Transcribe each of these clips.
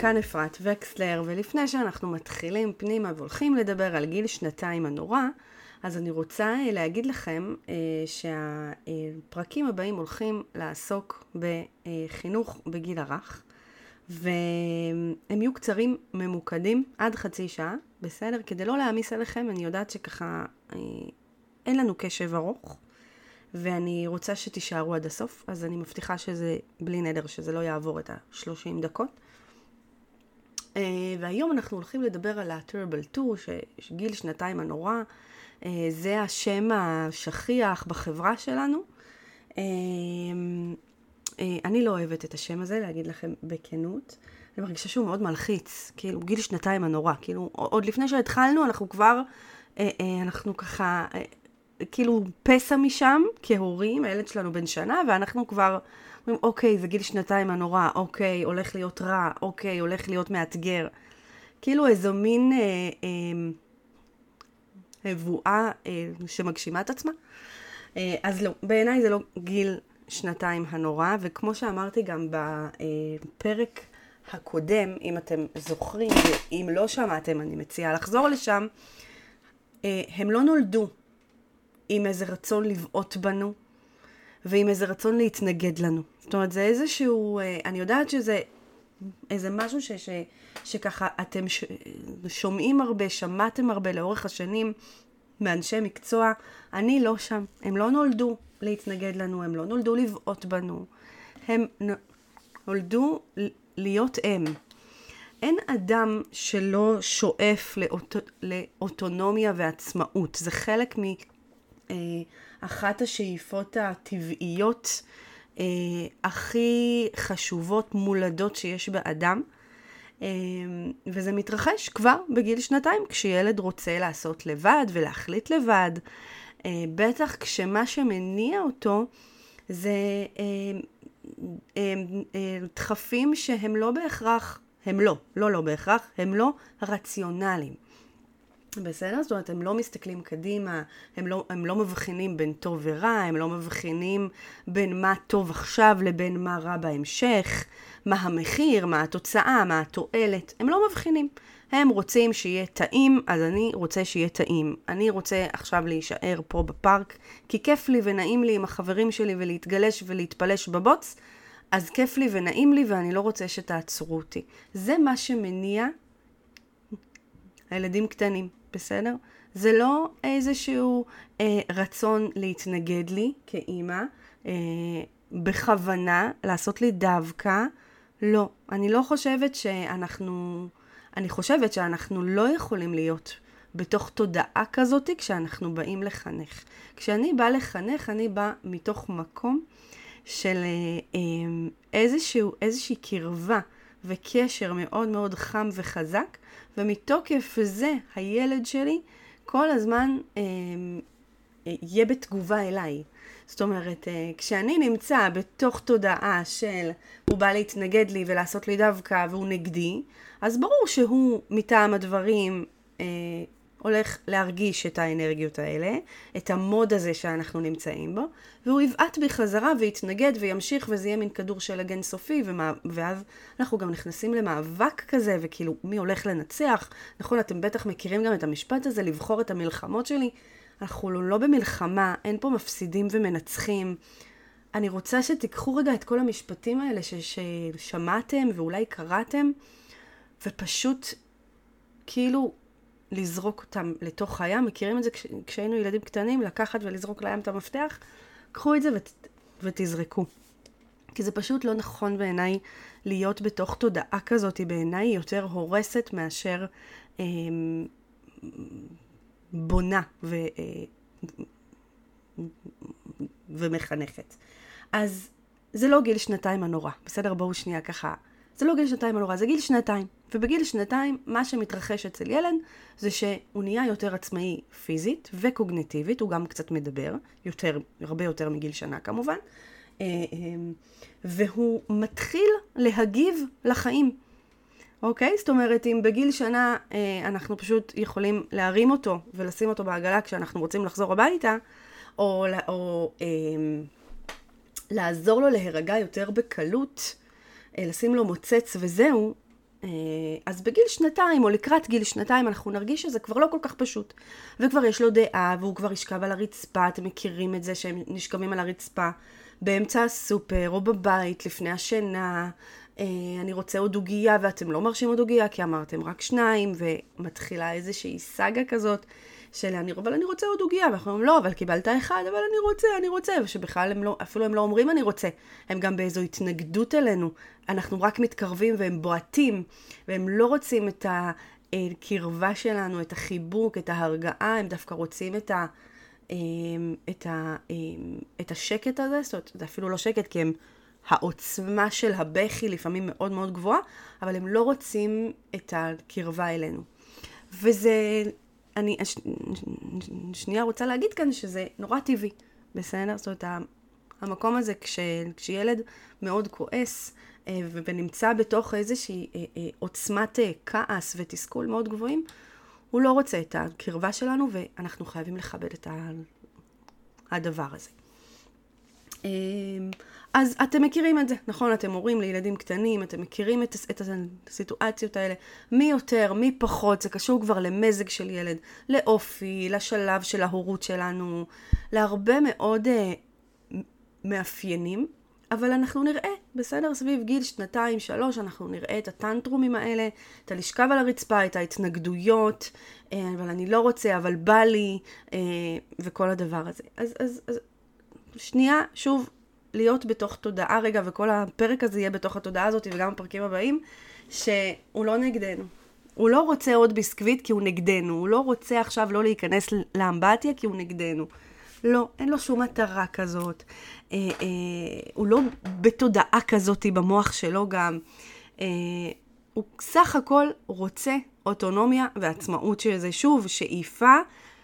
כאן אפרת וקסלר, ולפני שאנחנו מתחילים פנימה והולכים לדבר על גיל שנתיים הנורא, אז אני רוצה להגיד לכם שהפרקים הבאים הולכים לעסוק בחינוך בגיל הרך, והם יהיו קצרים ממוקדים עד חצי שעה, בסדר? כדי לא להעמיס עליכם, אני יודעת שככה אין לנו קשב ארוך, ואני רוצה שתישארו עד הסוף, אז אני מבטיחה שזה בלי נדר, שזה לא יעבור את ה-30 דקות. והיום אנחנו הולכים לדבר על ה-Terrible 2, שגיל שנתיים הנורא, זה השם השכיח בחברה שלנו. אני לא אוהבת את השם הזה, להגיד לכם בכנות. אני מרגישה שהוא מאוד מלחיץ, כאילו גיל שנתיים הנורא, כאילו עוד לפני שהתחלנו אנחנו כבר, אנחנו ככה, כאילו פסע משם כהורים, הילד שלנו בן שנה, ואנחנו כבר אומרים, אוקיי, זה גיל שנתיים הנורא, אוקיי, הולך להיות רע, אוקיי, הולך להיות מאתגר. כאילו איזו מין הבואה שמגשימה את עצמה. אז לא, בעיניי זה לא גיל שנתיים הנורא, וכמו שאמרתי גם בפרק הקודם, אם אתם זוכרים, ואם לא שמעתם, אני מציעה לחזור לשם, הם לא נולדו עם איזה רצון לבעוט בנו, ועם איזה רצון להתנגד לנו. זאת אומרת, זה איזשהו, אני יודעת שזה איזה משהו שככה אתם שומעים הרבה, שמעתם הרבה לאורך השנים מאנשי מקצוע. אני לא שם. הם לא נולדו להתנגד לנו, הם לא נולדו לבעוט בנו. הם נולדו להיות הם. אין אדם שלא שואף לאוטונומיה ועצמאות. זה חלק מאחת השאיפות הטבעיות הכי חשובות, מולדות שיש באדם. וזה מתרחש כבר בגיל שנתיים, כשילד רוצה לעשות לבד ולהחליט לבד. בטח כשמה שמניע אותו זה דחפים שהם לא בהכרח, הם לא בהכרח, הם לא רציונליים. בסדר? זאת אומרת, הם לא מסתכלים קדימה, הם לא מבחינים בין טוב ורע, הם לא מבחינים בין מה טוב עכשיו לבין מה רע בהמשך, מה המחיר, מה התוצאה, מה התועלת. הם לא מבחינים. הם רוצים שיהיה טעים, אז אני רוצה שיהיה טעים. אני רוצה עכשיו להישאר פה בפארק, כי כיף לי ונעים לי עם החברים שלי ולהתגלש ולהתפלש בבוץ, אז כיף לי ונעים לי ואני לא רוצה שתעצרו אותי. זה מה שמניע הילדים קטנים, בסדר? זה לא איזשהו רצון להתנגד לי כאימא, בכוונה לעשות לי דווקא. לא, אני לא חושבת אני חושבת שאנחנו לא יכולים להיות בתוך תודעה כזאת כשאנחנו באים לחנך. כשאני באה לחנך, אני באה מתוך מקום של איזושהי קרבה וקשר מאוד מאוד חם וחזק, ומתוקף זה הילד שלי כל הזמן יהיה בתגובה אליי. זאת אומרת, כשאני נמצא בתוך תודעה של הוא בא להתנגד לי ולעשות לי דווקא והוא נגדי, אז ברור שהוא מטעם הדברים הולך להרגיש את האנרגיות האלה, את המוד הזה שאנחנו נמצאים בו, והוא יבעט בחזרה ויתנגד וימשיך וזה יהיה מין כדור שלג אינסופי, ואז אנחנו גם נכנסים למאבק כזה, וכאילו מי הולך לנצח. נכון, אתם בטח מכירים גם את המשפט הזה, לבחור את המלחמות שלי. אנחנו לא במלחמה, אין פה מפסידים ומנצחים. אני רוצה שתיקחו רגע את כל המשפטים האלה ששמעתם ואולי קראתם, ופשוט כאילו לזרוק אותם לתוך הים. מכירים את זה כשהיינו ילדים קטנים, לקחת ולזרוק לים את המפתח? קחו את זה ותזרקו. כי זה פשוט לא נכון בעיניי להיות בתוך תודעה כזאת, בעיניי היא יותר הורסת מאשר בונה ומחנכת. אז זה לא גיל שנתיים הנורא, בסדר? בואו שנייה ככה. זה לא גיל שנתיים הנורא, זה גיל שנתיים. ובגיל שנתיים, מה שמתרחש אצל ילד, זה שהוא נהיה יותר עצמאי פיזית וקוגניטיבית, הוא גם קצת מדבר, הרבה יותר מגיל שנה כמובן, והוא מתחיל להגיב לחיים. אוקיי? זאת אומרת, אם בגיל שנה אנחנו פשוט יכולים להרים אותו ולשים אותו בעגלה כשאנחנו רוצים לחזור הביתה, או לעזור לו להירגע יותר בקלות, לשים לו מוצץ וזהו, אז בגיל 2 או לקראת גיל 2 אנחנו נרגיש שזה כבר לא כל כך פשוט. וכבר יש לו דעה והוא כבר ישכב על הרצפה, אתם מכירים את זה שהם נשכבים על הרצפה באמצע הסופר או בבית לפני השינה, אני רוצה עוד דוגיה ואתם לא מרשים עוד דוגיה כי אמרתם רק 2, ומתחילה איזושהי סאגה כזאת של אבל אני רוצה עוד דוגיה, ואנחנו אומרים לא, אבל קיבלת 1, אבל אני רוצה, ושבכלל אפילו הם לא אומרים אני רוצה, הם גם באיזו התנגדות אלינו, אנחנו רק מתקרבים והם בועטים, והם לא רוצים את הקרבה שלנו, את החיבוק, את ההרגעה, הם דווקא רוצים את השקט הזה, זאת אומרת, זה אפילו לא שקט כי הם העוצמה של הבכי לפעמים מאוד מאוד גבוהה, אבל הם לא רוצים את הקרבה אלינו. וזה, אני שנייה רוצה להגיד כאן שזה נורא טבעי, בסדר? זאת אומרת, המקום הזה כשילד מאוד כועס ונמצא בתוך איזושהי עוצמת כעס ותסכול מאוד גבוהים, הוא לא רוצה את הקרבה שלנו ואנחנו חייבים לכבד את הדבר הזה. אז אתם מכירים את זה, נכון? אתם הורים לילדים קטנים, אתם מכירים את הסיטואציות האלה. מי יותר, מי פחות, זה קשור כבר למזג של ילד, לאופי, לשלב של ההורות שלנו, להרבה מאוד מאפיינים, אבל אנחנו נראה, בסדר? סביב גיל 2-3, אנחנו נראה את הטנטרומים האלה, את הלשכב על הרצפה, את ההתנגדויות, אבל אני לא רוצה, אבל בא לי, וכל הדבר הזה. אז שנייה, שוב, להיות בתוך תודעה רגע, וכל הפרק הזה יהיה בתוך התודעה הזאת, וגם הפרקים הבאים, שהוא לא נגדנו. הוא לא רוצה עוד ביסקוויט כי הוא נגדנו. הוא לא רוצה עכשיו לא להיכנס לאמבטיה כי הוא נגדנו. לא, אין לו שום מטרה כזאת. הוא לא בתודעה כזאת במוח שלו גם. הוא סך הכל רוצה אוטונומיה ועצמאות, שזה שוב שאיפה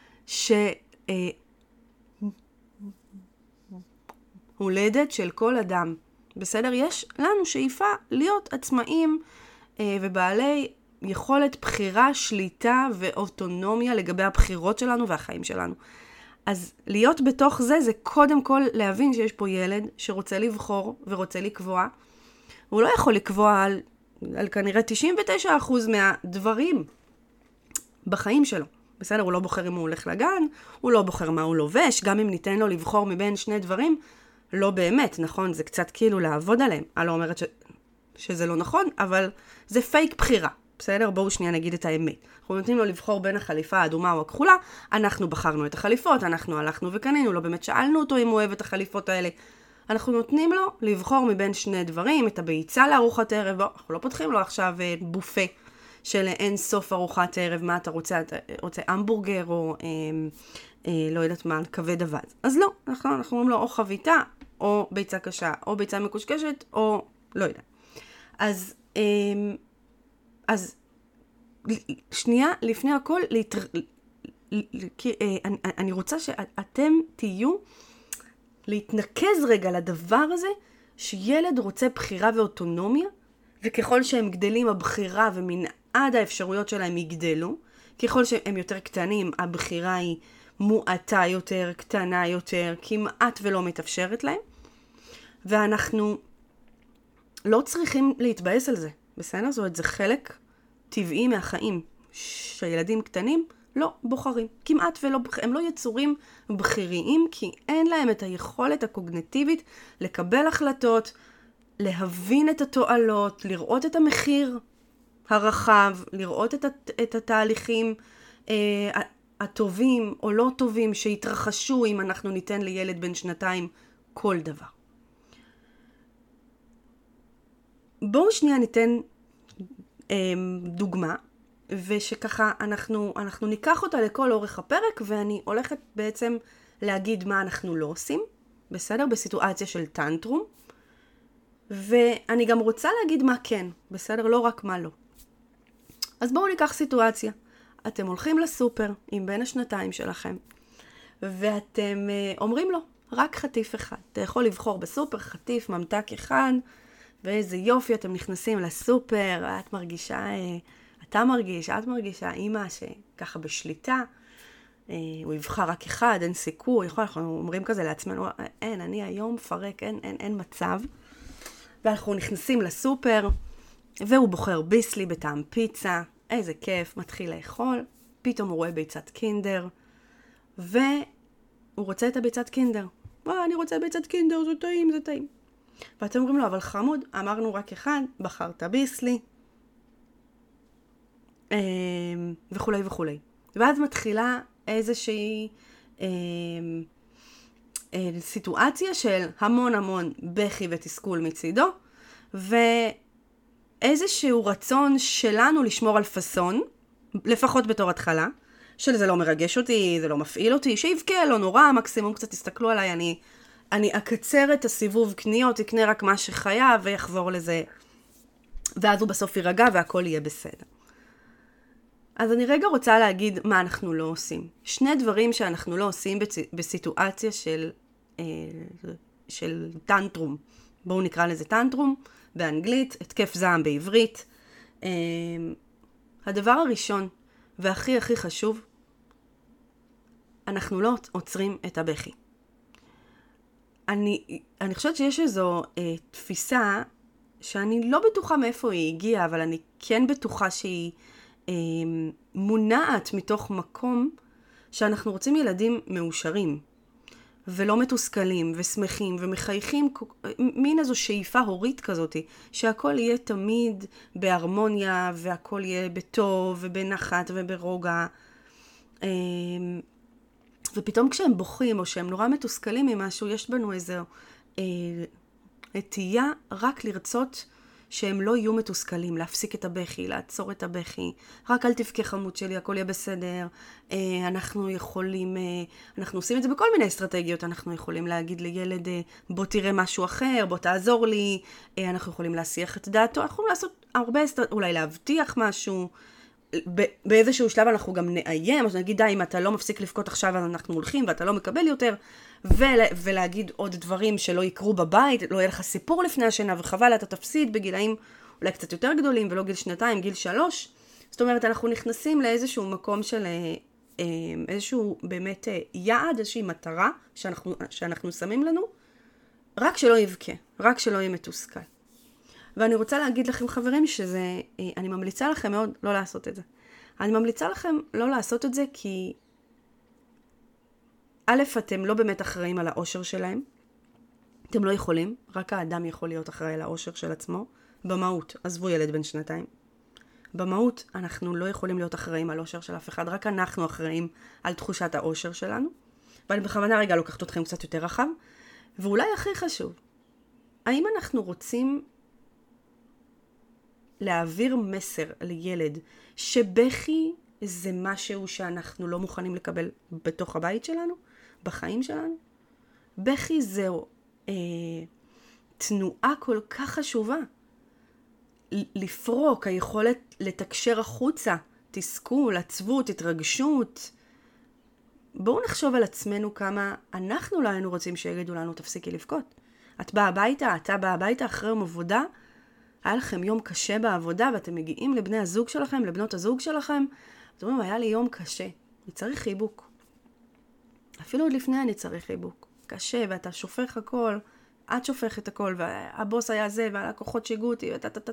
הולדת של כל אדם. בסדר? יש לנו שאיפה להיות עצמאים ובעלי יכולת בחירה, שליטה ואוטונומיה לגבי הבחירות שלנו והחיים שלנו. אז להיות בתוך זה, זה קודם כל להבין שיש פה ילד שרוצה לבחור ורוצה לקבוע. הוא לא יכול לקבוע על כנראה 99% מהדברים בחיים שלו. בסדר? הוא לא בוחר אם הוא הולך לגן, הוא לא בוחר מה הוא לובש, גם אם ניתן לו לבחור מבין שני דברים, לא באמת, נכון? זה קצת כאילו לעבוד עליהם. אני לא אומרת שזה לא נכון, אבל זה פייק בחירה. בסדר? בואו שנייה נגיד את האמת. אנחנו נותנים לו לבחור בין החליפה האדומה או הכחולה, אנחנו בחרנו את החליפות, אנחנו הלכנו וקנינו, לא באמת שאלנו אותו אם הוא אוהב את החליפות האלה. אנחנו נותנים לו לבחור מבין שני דברים, את הביצה לארוחת ערב, אנחנו לא פותחים לו עכשיו בופה של אין סוף ארוחת ערב, מה אתה רוצה? אתה רוצה המבורגר או לא יודעת מה, כבד אבז. אז לא, אנחנו אומרים לו או חביתה, או ביצה קשה, או ביצה מקושקשת, או לא יודע. אז שנייה, לפני הכל, אני רוצה שאתם תהיו להתנקז רגע לדבר הזה, שילד רוצה בחירה ואוטונומיה, וככל שהם גדלים, הבחירה ומנעד האפשרויות שלהם יגדלו, ככל שהם יותר קטנים, הבחירה היא מועטה יותר, קטנה יותר, כמעט ולא מתאפשרת להם, ואנחנו לא צריכים להתבאס על זה, בסדר? זאת אומרת, זה חלק טבעי מהחיים, שילדים קטנים לא בוחרים, כמעט ולא, הם לא יצורים בחיריים, כי אין להם את היכולת הקוגניטיבית לקבל החלטות, להבין את התועלות, לראות את המחיר הרחב, לראות את התהליכים הטובים או לא טובים שהתרחשו אם אנחנו ניתן לילד בן 2 כל דבר. בואו שנייה ניתן דוגמה, ושככה אנחנו ניקח אותה לכל אורך הפרק, ואני הולכת בעצם להגיד מה אנחנו לא עושים, בסדר? בסיטואציה של טנטרום, ואני גם רוצה להגיד מה כן, בסדר? לא רק מה לא. אז בואו ניקח סיטואציה. אתם הולכים לסופר עם בן 2 שלכם, ואתם אומרים לו, רק חטיף אחד. אתה יכול לבחור בסופר חטיף, ממתק אחד, ואיזה יופי, אתם נכנסים לסופר, את מרגישה, אמא שככה בשליטה, הוא יבחר רק אחד, אין סיכוי, אנחנו אומרים כזה לעצמנו, אני היום פרק, אין מצב, ואנחנו נכנסים לסופר, והוא בוחר ביסלי בטעם פיצה, איזה כיף, מתחיל לאכול, פתאום הוא רואה ביצת קינדר, והוא רוצה את הביצת קינדר. אני רוצה ביצת קינדר, זה טעים, זה טעים. ואתם אומרים לו, אבל חמוד, אמרנו רק אחד, בחרת ביסלי, וכולי וכולי. ואז מתחילה איזושהי סיטואציה של המון המון בכי ותסכול מצידו, ואיזשהו רצון שלנו לשמור על פסון, לפחות בתור התחלה, שזה לא מרגש אותי, זה לא מפעיל אותי, שיבכה, לא נורא, מקסימום קצת תסתכלו עליי, אני אקצר את הסיבוב קניות, יקנה רק מה שחייב ויחבור לזה, ואז הוא בסוף יירגע והכל יהיה בסדר. אז אני רגע רוצה להגיד מה אנחנו לא עושים. שני דברים שאנחנו לא עושים בסיטואציה של טנטרום. בואו נקרא לזה טנטרום באנגלית, התקף זעם בעברית. הדבר הראשון והכי הכי חשוב, אנחנו לא עוצרים את הבכי. אני חושבת שיש איזו תפיסה שאני לא בטוחה מאיפה היא הגיעה, אבל אני כן בטוחה שהיא מונעת מתוך מקום שאנחנו רוצים ילדים מאושרים ולא מתוסכלים ושמחים ומחייכים, מין איזו שאיפה הורית כזאת, שהכל יהיה תמיד בהרמוניה והכל יהיה בטוב ובנחת וברוגע. ופתאום כשהם בוכים או שהם נורא מתוסכלים ממשהו, יש בנו איזו נטייה רק לרצות שהם לא יהיו מתוסכלים, להפסיק את הבכי, לעצור את הבכי. רק אל תבכה חמוד שלי, הכל יהיה בסדר. אנחנו עושים את זה בכל מיני אסטרטגיות. אנחנו יכולים להגיד לילד, בוא תראה משהו אחר, בוא תעזור לי. אנחנו יכולים להסיח את דעתו. אנחנו יכולים לעשות הרבה אולי להבטיח משהו. באיזשהו שלב אנחנו גם נאיים, אז נגיד, די, אם אתה לא מפסיק לבכות עכשיו, אז אנחנו הולכים ואתה לא מקבל יותר, ולהגיד עוד דברים שלא יקרו בבית, לא יהיה לך סיפור לפני השינה, וחבל, אתה תפסיד בגילאים אולי קצת יותר גדולים, ולא גיל 2, גיל 3. זאת אומרת, אנחנו נכנסים לאיזשהו מקום של איזשהו באמת יעד, איזושהי מטרה שאנחנו שמים לנו, רק שלא יבכה, רק שלא יהיה מתוסכל. ואני רוצה להגיד לכם, חברים, אני ממליצה לכם מאוד לא לעשות את זה. אני ממליצה לכם לא לעשות את זה כי א', אתם לא באמת אחראים על האושר שלהם. אתם לא יכולים, רק האדם יכול להיות אחראי על האושר של עצמו. במהות, עזבו ילד בן 2. במהות, אנחנו לא יכולים להיות אחראים על האושר של אף אחד, רק אנחנו אחראים על תחושת האושר שלנו. ואני בכוונה רגע לוקחת אתכם קצת יותר רחב. ואולי הכי חשוב, האם אנחנו רוצים להעביר מסר לילד שבכי זה משהו שאנחנו לא מוכנים לקבל בתוך הבית שלנו, בחיים שלנו? בכי זהו תנועה כל כך חשובה. לפרוק, היכולת לתקשר החוצה, תסכול, עצבות, התרגשות. בואו נחשוב על עצמנו כמה אנחנו לא היינו רוצים שיגידו לנו תפסיקי לבכות. אתה בא הביתה אחרי יום עבודה, היה לכם יום קשה בעבודה, ואתם מגיעים לבני הזוג שלכם, לבנות הזוג שלכם, אתם אומרים, היה לי יום קשה, אני צריך חיבוק. אפילו עוד לפני אני צריך חיבוק. קשה, ואתה שופך הכל, את שופכת הכל, והבוס היה זה, והלקוחות שיגעו אותי,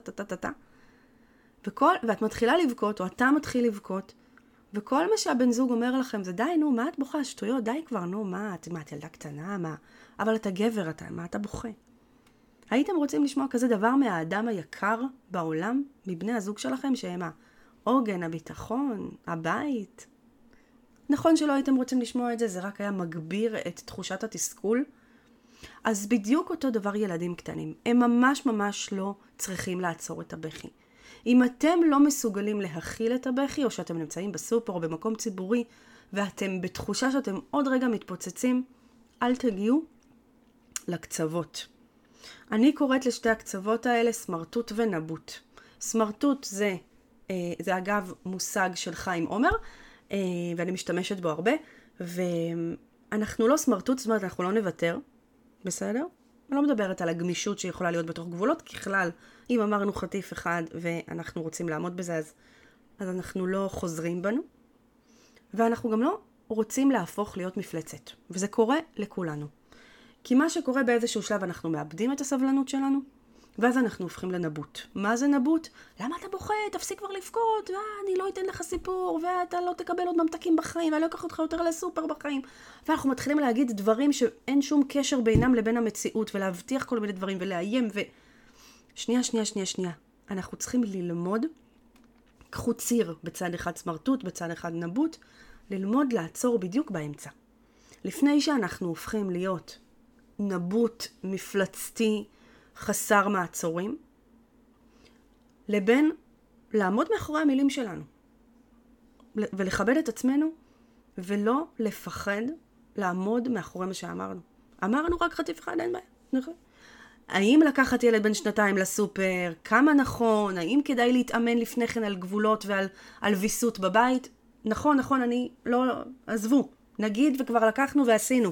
ואת מתחילה לבכות, או אתה מתחיל לבכות, וכל מה שהבן זוג אומר לכם זה, די, נו, מה את בוכה? שטויות, די כבר, נו, מה, את ילדה קטנה, מה? אבל אתה גבר, מה אתה בוכה? הייתם רוצים לשמוע כזה דבר מהאדם היקר בעולם, מבני הזוג שלכם, שהם העוגן, הביטחון, הבית? נכון שלא הייתם רוצים לשמוע את זה, זה רק היה מגביר את תחושת התסכול. אז בדיוק אותו דבר ילדים קטנים. הם ממש ממש לא צריכים לעצור את הבכי. אם אתם לא מסוגלים להכיל את הבכי, או שאתם נמצאים בסופר או במקום ציבורי, ואתם בתחושה שאתם עוד רגע מתפוצצים, אל תגיעו לקצוות. אני קוראת לשתי הקצוות האלה סמרטוט ונבוט. סמרטוט זה אגב מושג של חיים עומר, ואני משתמשת בו הרבה, ואנחנו לא סמרטוט, זאת אומרת אנחנו לא נוותר, בסדר? אני לא מדברת על הגמישות שיכולה להיות בתוך גבולות, ככלל, אם אמרנו חטיף אחד ואנחנו רוצים לעמוד בזה, אז אנחנו לא חוזרים בנו, ואנחנו גם לא רוצים להפוך להיות מפלצת, וזה קורה לכולנו. כי מה שקורה באיזשהו שלב אנחנו מאבדים את הסבלנות שלנו, ואז אנחנו הופכים לנבוט. מה זה נבוט? למה אתה בוכה? תפסיק כבר לבכות, אני לא אתן לך סיפור, ואתה לא תקבל עוד ממתקים בחיים, ואני לא אקח אותך יותר לסופר בחיים. ואנחנו מתחילים להגיד דברים שאין שום קשר בינם לבין המציאות, ולהבטיח כל מיני דברים, ולאיים, שנייה. אנחנו צריכים ללמוד, קחו ציר בצד אחד סמרטוט, בצד אחד נבוט, ללמוד לעצור בדיוק באמצע. לפני שאנחנו הופכים להיות נבוט מפלצתי, חסר מעצורים, לבין לעמוד מאחורי המילים שלנו, ולכבד את עצמנו, ולא לפחד לעמוד מאחורי מה שאמרנו. אמרנו רק חטיף אחד, אין בעיה, נכון? האם לקחת ילד בן 2 לסופר, כמה נכון, האם כדאי להתאמן לפני כן על גבולות ועל ויסות בבית? נכון, אני לא, עזבו, נגיד וכבר לקחנו ועשינו.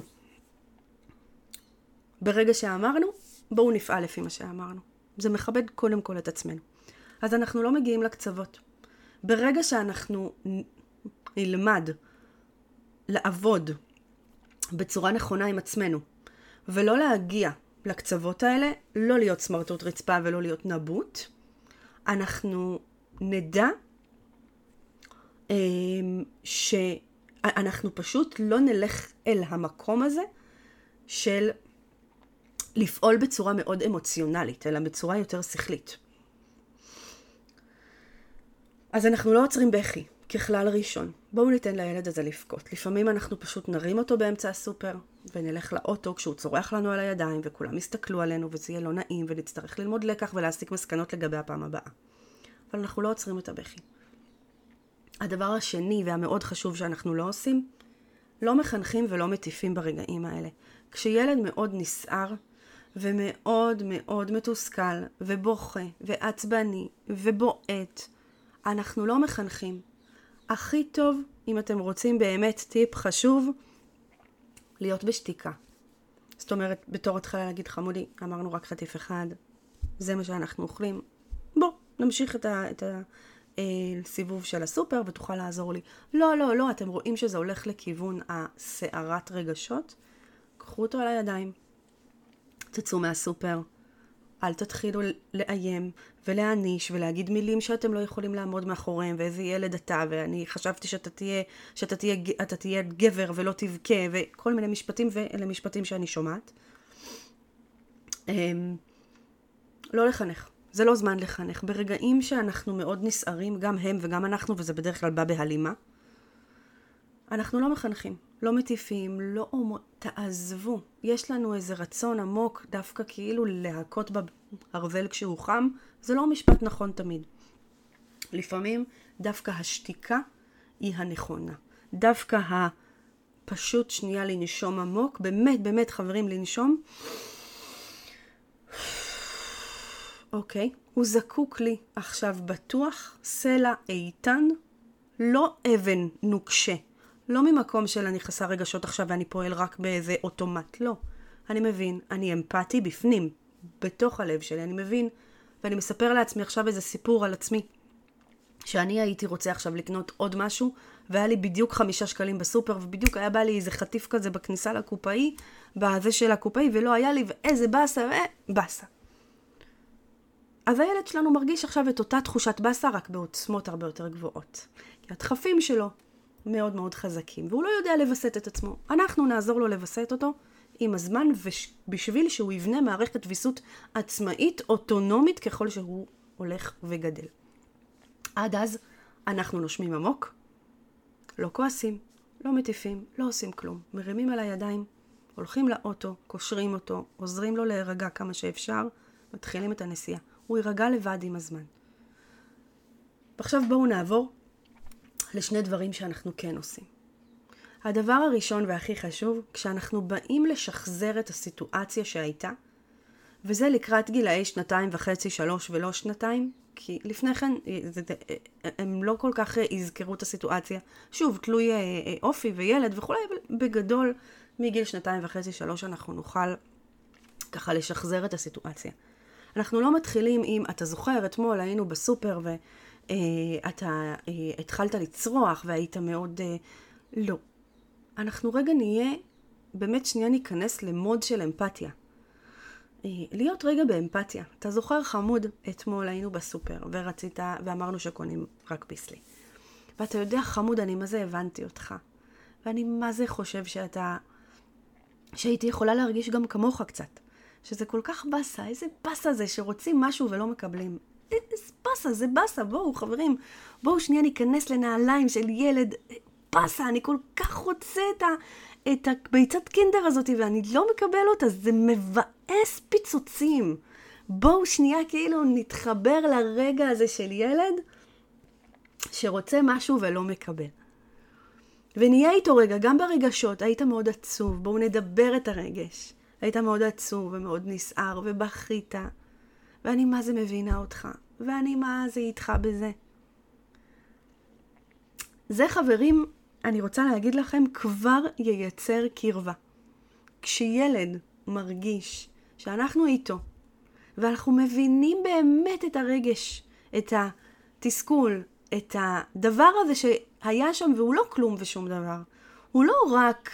ברגע שאמרנו, בואו נפעל לפי מה שאמרנו. זה מכבד קודם כל את עצמנו. אז אנחנו לא מגיעים לקצוות. ברגע שאנחנו נלמד לעבוד בצורה נכונה עם עצמנו, ולא להגיע לקצוות האלה, לא להיות סמרטוט רצפה ולא להיות נבוט, אנחנו נדע שאנחנו פשוט לא נלך אל המקום הזה של לפעול בצורה מאוד אמוציונלית, אלא בצורה יותר שכלית. אז אנחנו לא עוצרים בכי, ככלל ראשון. בואו ניתן לילד הזה לבכות. לפעמים אנחנו פשוט נרים אותו באמצע הסופר, ונלך לאוטו כשהוא צורח לנו על הידיים, וכולם יסתכלו עלינו, וזה יהיה לא נעים, ונצטרך ללמוד לקח ולהסיק מסקנות לגבי הפעם הבאה. אבל אנחנו לא עוצרים את הבכי. הדבר השני והמאוד חשוב שאנחנו לא עושים, לא מחנכים ולא מטיפים ברגעים האלה. כשילד מאוד נסער, ומאוד מאוד מתוסכל, ובוכה, ועצבני, ובועט, אנחנו לא מחנכים. הכי טוב, אם אתם רוצים באמת טיפ חשוב, להיות בשתיקה. זאת אומרת, בתור התחלה להגיד, חמודי, אמרנו רק חטיף אחד, זה מה שאנחנו אוכלים. בוא, נמשיך את הסיבוב של הסופר ותוכל לעזור לי. לא, אתם רואים שזה הולך לכיוון הסערת רגשות. קחו אותו על הידיים. תצאו מהסופר. אל תתחילו לאיים ולהעניש ולהגיד מילים שאתם לא יכולים לעמוד מאחוריהם, ואיזה ילד אתה, ואני חשבתי שאתה תהיה גבר ולא תבכה, וכל מיני משפטים, ואלה משפטים שאני שומעת. לא לחנך. זה לא זמן לחנך. ברגעים שאנחנו מאוד נסערים, גם הם וגם אנחנו, וזה בדרך כלל בא בהלימה, אנחנו לא מחנכים, לא מטיפים, לא תעזבו. יש לנו איזה רצון עמוק דווקא כאילו להכות בהרבל כשהוא חם. זה לא משפט נכון תמיד. לפעמים דווקא השתיקה היא הנכונה. דווקא הפשוט שנייה לנשום עמוק. באמת חברים, לנשום. אוקיי. הוא זקוק לי עכשיו בטוח, סלע איתן, לא אבן נוקשה. לא ממקום של אני חסר רגשות עכשיו ואני פועל רק באיזה אוטומט. לא. אני מבין, אני אמפתי בפנים, בתוך הלב שלי. אני מבין, ואני מספר לעצמי עכשיו איזה סיפור על עצמי, שאני הייתי רוצה עכשיו לקנות עוד משהו, והיה לי בדיוק 5 שקלים בסופר, ובדיוק היה בא לי איזה חטיף כזה בכניסה לקופאי, בזה של הקופאי, ולא היה לי, ואיזה בסה. אז הילד שלנו מרגיש עכשיו את אותה תחושת בסה, רק בעוצמות הרבה יותר גבוהות. כי הדחפים שלו מאוד מאוד חזקים, והוא לא יודע לבסט את עצמו. אנחנו נעזור לו לבסט אותו עם הזמן, בשביל שהוא יבנה מערכת ויסות עצמאית, אוטונומית, ככל שהוא הולך וגדל. עד אז אנחנו נושמים עמוק, לא כועסים, לא מטיפים, לא עושים כלום. מרימים על הידיים, הולכים לאוטו, קושרים אותו, עוזרים לו להירגע כמה שאפשר, מתחילים את הנסיעה. הוא יירגע לבד עם הזמן. ועכשיו בואו נעבור לשני דברים שאנחנו כן עושים. הדבר הראשון והכי חשוב, כשאנחנו באים לשחזר את הסיטואציה שהייתה, וזה לקראת גילאי 2.5, 3 ולא 2, כי לפני כן הם לא כל כך יזכרו את הסיטואציה. שוב, תלוי אופי וילד וכו', אבל בגדול מגיל 2.5, 3 אנחנו נוכל ככה לשחזר את הסיטואציה. אנחנו לא מתחילים עם, אתה זוכר, אתמול היינו בסופר ואתה התחלת לצרוח והיית מאוד, לא. אנחנו רגע נהיה, באמת שנייה ניכנס למוד של אמפתיה. להיות רגע באמפתיה. אתה זוכר חמוד, אתמול היינו בסופר ואמרנו שקונים רק ביסלי. ואתה יודע חמוד, אני מה זה הבנתי אותך. ואני מה זה חושב שהייתי יכולה להרגיש גם כמוך קצת. שזה כל כך בסה, איזה בסה זה שרוצים משהו ולא מקבלים. איזה בסה, זה בסה, בואו חברים, בואו שנייה ניכנס לנעליים של ילד. בסה, אני כל כך רוצה את הביצת קינדר הזאת ואני לא מקבל אותה, זה מבאס פיצוצים. בואו שנייה כאילו נתחבר לרגע הזה של ילד שרוצה משהו ולא מקבל. ונהיה איתו רגע, גם ברגשות, היית מאוד עצוב, בואו נדבר את הרגש. היית מאוד עצוב ומאוד נסער ובכית, ואני מה זה מבינה אותך, ואני מה זה איתך בזה. זה חברים, אני רוצה להגיד לכם, כבר ייצר קרבה. כשילד מרגיש שאנחנו איתו, ואנחנו מבינים באמת את הרגש, את התסכול, את הדבר הזה שהיה שם והוא לא כלום ושום דבר. הוא לא רק,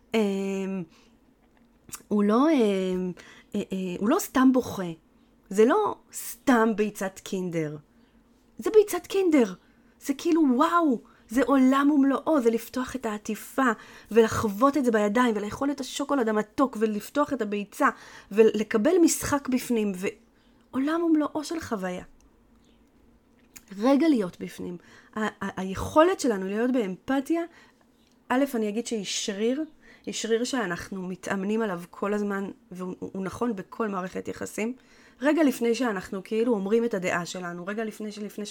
הוא לא סתם בוכה. זה לא סתם ביצת קינדר. זה ביצת קינדר. זה כאילו וואו, זה עולם ומלואו, זה לפתוח את העטיפה ולחוות את זה בידיים ולאכול את השוקולד המתוק ולפתוח את הביצה ולקבל משחק בפנים ועולם ומלואו של חוויה. רגע להיות בפנים. היכולת שלנו להיות באמפתיה, א', אני אגיד שהיא שריר, היא שריר שאנחנו מתאמנים עליו כל הזמן, והוא נכון בכל מערכת יחסים. רגע לפני שאנחנו כאילו אומרים את הדעה שלנו, רגע לפני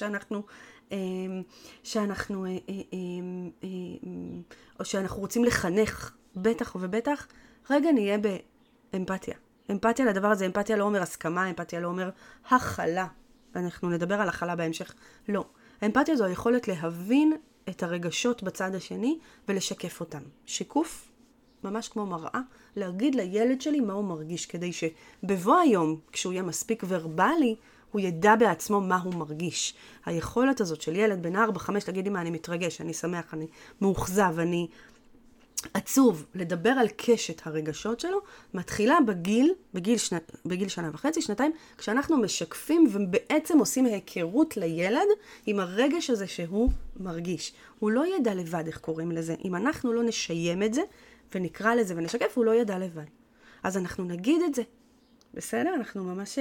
או שאנחנו רוצים לחנך, בטח ובטח, רגע נהיה באמפתיה. אמפתיה לדבר הזה, אמפתיה לא אומר הסכמה, אמפתיה לא אומר הכלה. אנחנו נדבר על הכלה בהמשך. לא. האמפתיה זו היכולת להבין את הרגשות בצד השני ולשקף אותם. שיקוף, ממש כמו מראה, להגיד לילד שלי מה הוא מרגיש, כדי שבבוא היום, כשהוא יהיה מספיק ורבלי, הוא ידע בעצמו מה הוא מרגיש. היכולת הזאת של ילד בן 4-5, להגיד לי מה, אני מתרגש, אני שמח, אני מאוכזב, אני עצוב, לדבר על קשת הרגשות שלו, מתחילה בגיל שנה וחצי, שנתיים, כשאנחנו משקפים ובעצם עושים היכרות לילד עם הרגש הזה שהוא מרגיש. הוא לא ידע לבד איך קוראים לזה. אם אנחנו לא נשיים את זה ונקרא לזה ונשקף, הוא לא ידע לבד. אז אנחנו נגיד את זה. בסדר? אנחנו ממש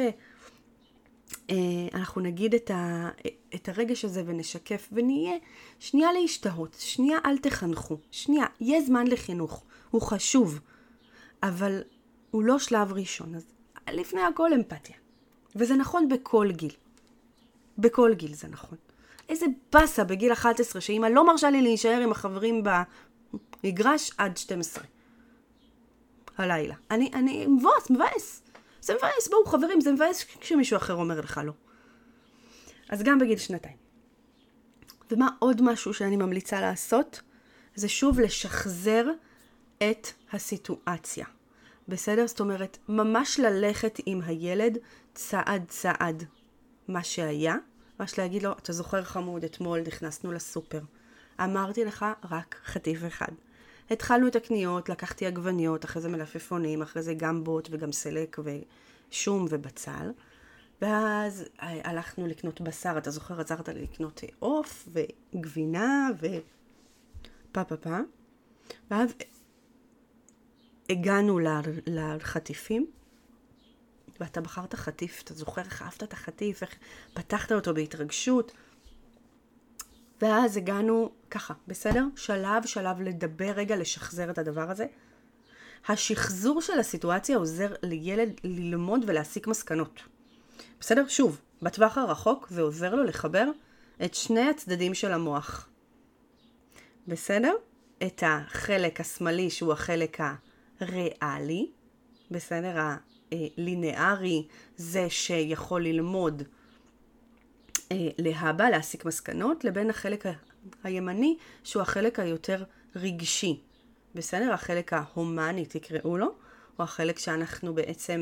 אנחנו נגיד את הרגש הזה ונשקף ונהיה שנייה להשתהות, שנייה אל תחנכו, שנייה, יהיה זמן לחינוך, הוא חשוב, אבל הוא לא שלב ראשון, אז לפני הכל אמפתיה, וזה נכון בכל גיל, בכל גיל זה נכון. איזה בסה בגיל 11 שאמא לא מרשה לי להישאר עם החברים במגרש עד 12 הלילה, אני מבאס. זה מבאס, בואו חברים, זה מבאס כשמישהו אחר אומר לך לא. אז גם בגיל 2. ומה עוד משהו שאני ממליצה לעשות? זה שוב לשחזר את הסיטואציה. בסדר? זאת אומרת, ממש ללכת עם הילד צעד צעד מה שהיה. ממש להגיד לו, אתה זוכר חמוד, אתמול נכנסנו לסופר. אמרתי לך רק חטיף אחד. התחלנו את הקניות, לקחתי עגבניות, אחרי זה מלפפונים, אחרי זה גם בוט וגם סלק ושום ובצל. ואז הלכנו לקנות בשר, אתה זוכר, עזרת לי לקנות עוף וגבינה ופה. ואז הגענו לחטיפים, ואתה בחרת חטיף, אתה זוכר איך אהבת את החטיף, איך פתחת אותו בהתרגשות. ואז הגענו ככה, בסדר? שלב לדבר רגע, לשחזר את הדבר הזה. השחזור של הסיטואציה עוזר לילד ללמוד ולהסיק מסקנות. בסדר? שוב, בטווח הרחוק זה עוזר לו לחבר את שני הצדדים של המוח. בסדר? את החלק השמאלי שהוא החלק הריאלי, בסדר? הלינארי, זה שיכול ללמוד להבא, להסיק מסקנות, לבין החלק הימני, שהוא החלק היותר רגשי. בסדר? החלק ההומני, תקראו לו, או החלק שאנחנו בעצם,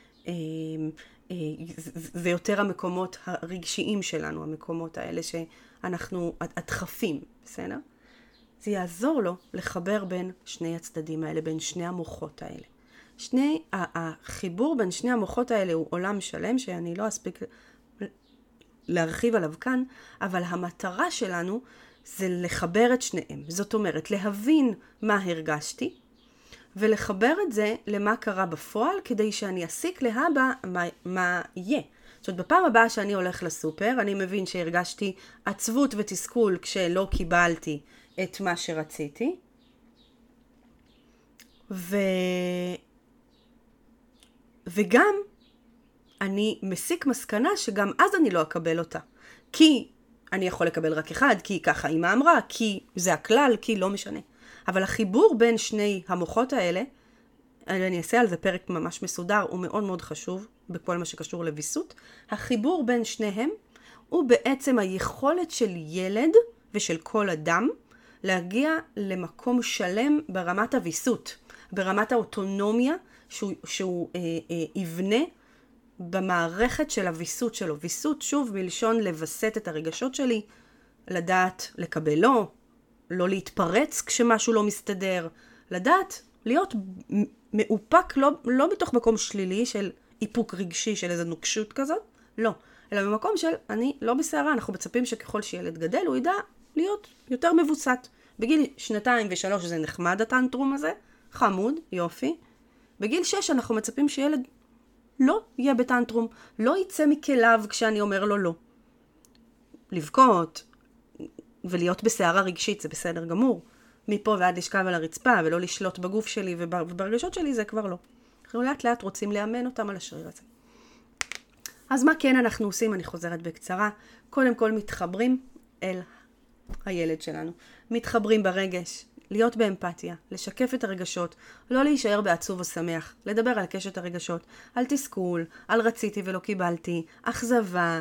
זה יותר המקומות הרגשיים שלנו, המקומות האלה שאנחנו, הדחפים, בסדר? זה יעזור לו לחבר בין שני הצדדים האלה, בין שני המוחות האלה. החיבור בין שני המוחות האלה הוא עולם שלם, שאני לא אספיק להרחיב עליו כאן, אבל המטרה שלנו זה לחבר את שניהם. זאת אומרת, להבין מה הרגשתי, ולחבר את זה למה קרה בפועל, כדי שאני אסיק להבא מה יהיה. זאת אומרת, בפעם הבאה שאני הולך לסופר, אני מבין שהרגשתי עצבות ותסכול כשלא קיבלתי את מה שרציתי. וגם אני מסיק מסקנה שגם אז אני לא אקבל אותה. כי אני יכול לקבל רק אחד, כי ככה אמא אמרה, כי זה הכלל, כי לא משנה. אבל החיבור בין שני המוחות האלה, אני אעשה על זה פרק ממש מסודר, הוא מאוד מאוד חשוב בכל מה שקשור לוויסות. החיבור בין שניהם הוא בעצם היכולת של ילד ושל כל אדם להגיע למקום שלם ברמת הוויסות, ברמת האוטונומיה שהוא יבנה במערכת של הוויסות שלו. ויסות שוב מלשון לבסט את הרגשות שלי, לדעת לקבל לא להתפרץ כשמשהו לא מסתדר, לדעת להיות מאופק לא בתוך מקום שלילי של איפוק רגשי של איזו נוקשות כזאת, לא, אלא במקום של אני לא בסערה. אנחנו מצפים שככל שילד גדל הוא ידע להיות יותר מבוסת. בגיל 2 ו3 זה נחמד הטנטרום הזה, חמוד, יופי. בגיל 6 אנחנו מצפים שילד לא יהיה בטנטרום, לא יצא מכליו כשאני אומר לו לא. לבכות ולהיות בסערה רגשית זה בסדר גמור. מפה ועד לשכב על הרצפה ולא לשלוט בגוף שלי וברגשות שלי זה כבר לא. אנחנו לאט לאט רוצים לאמן אותם על השריר הזה. אז מה כן אנחנו עושים? אני חוזרת בקצרה. קודם כל מתחברים אל הילד שלנו. מתחברים ברגש, להיות באמפתיה, לשקף את הרגשות, לא להישאר בעצוב או שמח, לדבר על קשת הרגשות, על תסכול, על רציתי ולא קיבלתי, אכזבה,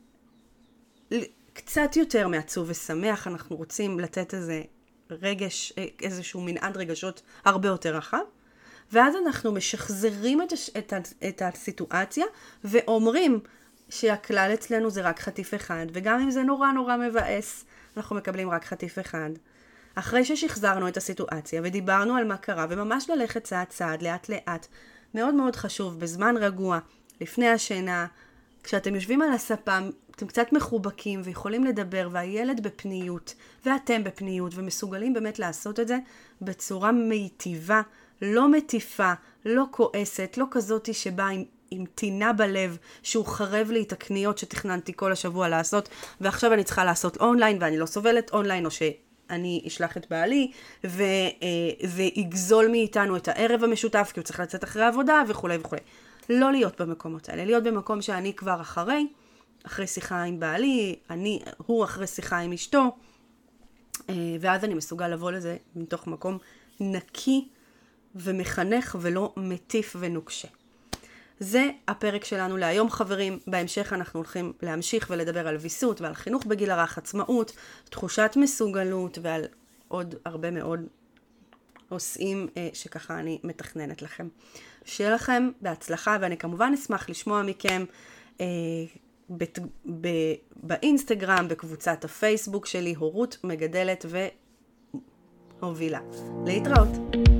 קצת יותר מעצוב ושמח. אנחנו רוצים לתת איזה רגש, איזשהו מנעד רגשות הרבה יותר רחב, ואז אנחנו משחזרים את הסיטואציה ואומרים שהכלל אצלנו זה רק חטיף אחד, וגם אם זה נורא נורא מבאס, אנחנו מקבלים רק חטיף אחד. אחרי ששחזרנו את הסיטואציה ודיברנו על מה קרה, וממש ללכת צעד צעד, לאט לאט, מאוד מאוד חשוב, בזמן רגוע, לפני השינה, כשאתם יושבים על הספה, אתם קצת מחובקים ויכולים לדבר, והילד בפניות, ואתם בפניות, ומסוגלים באמת לעשות את זה בצורה מיטיבה, לא מטיפה, לא כועסת, לא כזאת שבאה עם טינה בלב, שהוא חרב לי את הקניות שתכננתי כל השבוע לעשות, ועכשיו אני צריכה לעשות אונליין, ואני לא סובלת אונליין, או שאני אשלח את בעלי, ויגזול מאיתנו את הערב המשותף, כי הוא צריך לצאת אחרי העבודה, וכו' וכו'. לא להיות במקומות האלה, להיות במקום שאני כבר אחרי שיחה עם בעלי, הוא אחרי שיחה עם אשתו, ואז אני מסוגל לבוא לזה מתוך מקום נקי ומחנך ולא מטיף ונוקשה. זה הפרק שלנו להיום, חברים. בהמשך אנחנו הולכים להמשיך ולדבר על ויסות ועל חינוך בגיל הרך, עצמאות, תחושת מסוגלות ועל עוד הרבה מאוד נושאים שככה אני מתכננת לכם. שיהיה לכם בהצלחה, ואני כמובן אשמח לשמוע מכם באינסטגרם, בקבוצת הפייסבוק שלי, הורות מגדלת והובילה. להתראות.